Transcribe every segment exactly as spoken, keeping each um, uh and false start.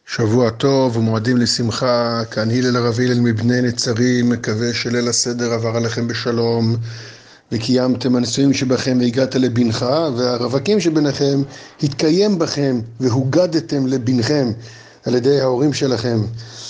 שבוע טוב ומועדים לשמחה, כאן הלל הרב הלל מבני נצרים, מקווה שליל הסדר עבר עליכם בשלום וקיימתם הנישואים שבכם והגעת לבנך, והרווקים שביניכם התקיים בכם והוגדתם לבנכם על ידי ההורים שלכם.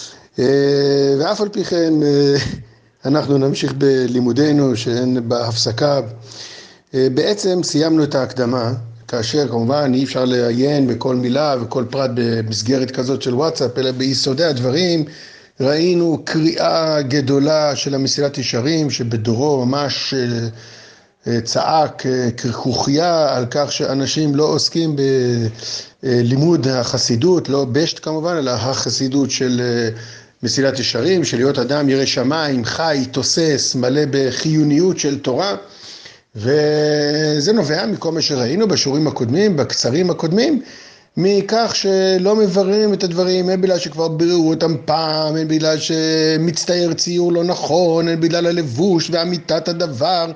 ואף על פי כן אנחנו נמשיך בלימודינו שאין בהפסקה. בעצם סיימנו את ההקדמה, כאשר כמובן אי אפשר לעיין בכל מילה וכל פרט במסגרת כזאת של וואטסאפ, אלא ביסודי הדברים ראינו קריאה גדולה של המסילת ישרים, שבדורו ממש צעק כרכוכיה על כך שאנשים לא עוסקים בלימוד החסידות, לא בשט כמובן, אלא החסידות של מסילת ישרים, של להיות אדם ירא שמיים, חי, תוסס, מלא בחיוניות של תורה. וזה נובע מכל מה שראינו בשיעורים הקודמים, בקצרים הקודמים, מכך שלא מבררים את הדברים, אין בגלל שכבר ביררו אותם פעם, אין בגלל שמצטייר ציור לא נכון, אין בגלל הלבוש ואמיתת הדבר,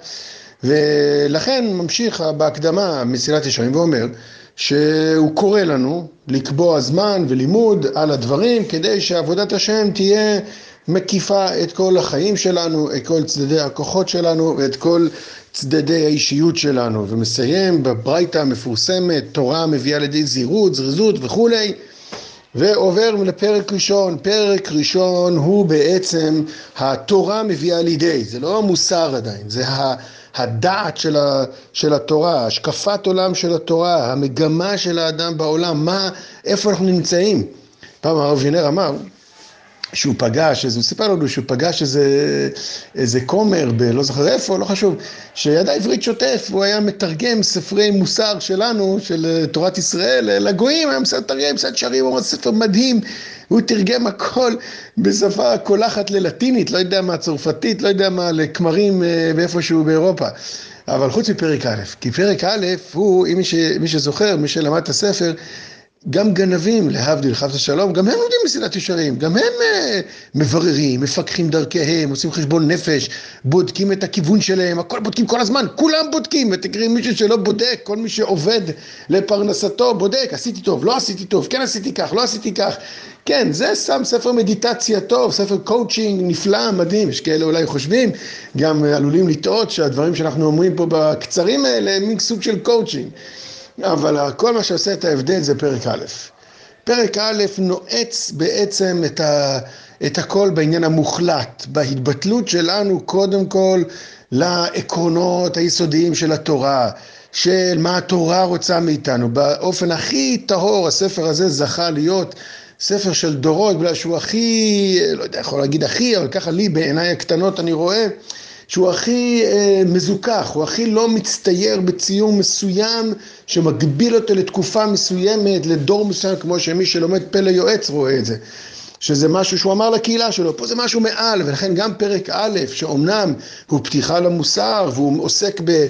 ולכן ממשיך בהקדמה מסילת ישרים ואומר שהוא קורא לנו לקבוע זמן ולימוד על הדברים, כדי שעבודת השם תהיה מקיפה את כל החיים שלנו, את כל צדדי הכוחות שלנו ואת כל צדדי האישיות שלנו, ומסיים בברייתא המפורסמת, תורה מביאה לידי זהירות, זריזות וכולי, ועובר לפרק ראשון. פרק ראשון הוא בעצם התורה מביאה לידי, זה לא המוסר עדיין, זה הדעת של, ה, של התורה, השקפת עולם של התורה, המגמה של האדם בעולם, מה, איפה אנחנו נמצאים. פעם הרב ינר אמר, שהוא פגש, הוא סיפר לנו שהוא פגש איזה, איזה כומר, ב, לא זוכר איפה, לא חשוב, שידע עברית שוטף, הוא היה מתרגם ספרי מוסר שלנו, של תורת ישראל, לגויים, היה מסתרגם, תרגם, מסתר שרים, הוא ספר מדהים, הוא תרגם הכל בשפה קולחת ללטינית, לא יודע מה, צרפתית, לא יודע מה, לכמרים באיפשהו באירופה. אבל חוץ מפרק א', כי פרק א' הוא, מי, ש, מי שזוכר, מי שלמד את הספר, גם גנבים, להבדיל חס ושלום, גם הם לומדים מסילת ישרים, גם הם uh, מבררים, מפקחים דרכיהם, עושים חשבון נפש, בודקים את הכיוון שלהם, הכל בודקים כל הזמן, כולם בודקים, ותקראי מישהו שלא בודק, כל מי שעובד לפרנסתו בודק, עשיתי טוב, לא עשיתי טוב, כן עשיתי כך, לא עשיתי כך, כן, זה שם ספר מדיטציה טוב, ספר קואוצ'ינג נפלא, מדהים, יש כאלה אולי חושבים, גם עלולים לטעות שהדברים שאנחנו אומרים פה בקצרים האלה, הם סוג של קואוצ'ינג. אבל כל מה שעושה את ההבדל זה פרק א'. פרק א' נועץ בעצם את, ה, את הכל בעניין המוחלט, בהתבטלות שלנו קודם כל לעקרונות היסודיים של התורה, של מה התורה רוצה מאיתנו. באופן הכי טהור הספר הזה זכה להיות ספר של דורות, בגלל שהוא הכי, לא יודע, יכול להגיד הכי, אבל ככה לי בעיניי הקטנות אני רואה, שהוא הכי אה, מזוכח, הוא הכי לא מצטייר בציור מסוים שמגביל אותו לתקופה מסוימת, לדור מסוים, כמו שמי שלומד פלא יועץ רואה את זה. שזה משהו שהוא אמר לקהילה שלו, פה זה משהו מעל, ולכן גם פרק א', שאומנם הוא פתיחה למוסר, והוא עוסק ב...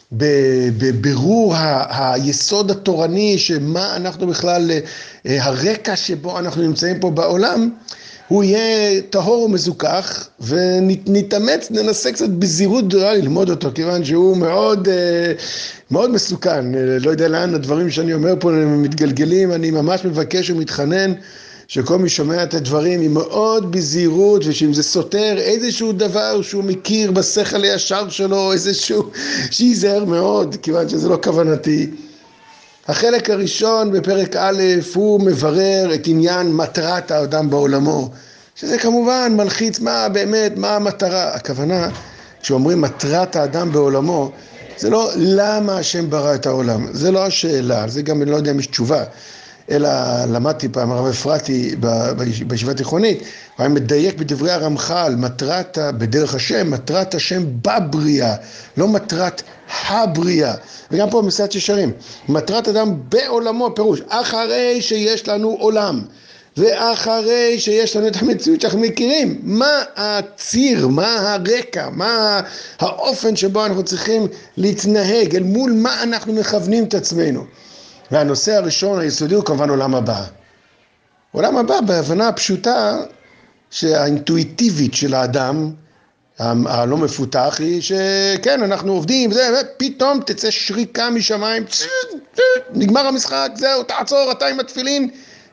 בבירור היסוד התורני, שמה אנחנו בכלל, הרקע שבו אנחנו נמצאים פה בעולם, הוא יהיה טהור ומזוכח, ונתאמץ, ננסה קצת בזהירות גדולה ללמוד אותו, כיוון שהוא מאוד, מאוד מסוכן. לא יודע לאן הדברים שאני אומר פה מתגלגלים, אני ממש מבקש ומתחנן, שכל מי שומע את הדברים היא מאוד בזהירות, ושאם זה סותר איזשהו דבר שהוא מכיר בשכל הישר שלו, איזשהו, שיזהר מאוד, כיוון שזה לא כוונתי. החלק הראשון בפרק א' הוא מברר את עניין מטרת האדם בעולמו, שזה כמובן מלחיץ מה באמת, מה המטרה. הכוונה, כשאומרים מטרת האדם בעולמו, זה לא למה השם ברא את העולם, זה לא השאלה, זה גם אני לא יודע אם יש תשובה, אלא למדתי פעם הרב אפרתי בישיבה תיכונית, הוא היה מדייק בדברי הרמח"ל, מטרת, בדרך השם, מטרת השם בבריאה, לא מטרת הבריאה. וגם פה במסילת ישרים, מטרת אדם בעולמו, פירוש, אחרי שיש לנו עולם, ואחרי שיש לנו את המציאות שאנחנו מכירים, מה הציר, מה הרקע, מה האופן שבו אנחנו צריכים להתנהג, אל מול מה אנחנו מכוונים את עצמנו. והנושא הראשון היסודי הוא כמובן עולם הבא. עולם הבא בהבנה הפשוטה שהאינטואיטיבית של האדם, הלא מפותח, היא שכן, אנחנו עובדים, ופתאום תצא שריקה משמיים, נגמר המשחק, זהו, תעצור, אתה עם התפילין,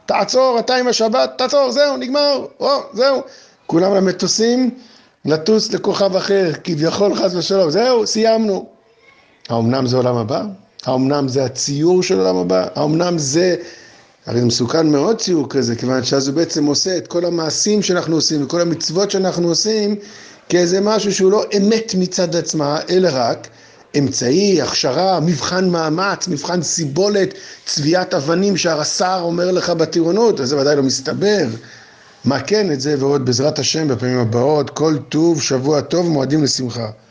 תעצור, אתה עם השבת, תעצור, זהו, נגמר, או, זהו. כולם למטוסים, לטוס לכוכב אחר, כביכול חס ושלום, זהו, סיימנו. האומנם זה עולם הבא? האומנם זה הציור של עולם הבא? האומנם זה, הרי זה מסוכן מאוד ציור כזה, כיוון שאז הוא בעצם עושה את כל המעשים שאנחנו עושים, וכל המצוות שאנחנו עושים, כאיזה משהו שהוא לא אמת מצד עצמה, אלא רק אמצעי, הכשרה, מבחן מאמץ, מבחן סיבולת, צביעת אבנים שהרס"ר אומר לך בטירונות, אז זה ודאי לא מסתבר. מה כן את זה ועוד בעזרת השם בפעמים הבאות, כל טוב, שבוע טוב, מועדים לשמחה.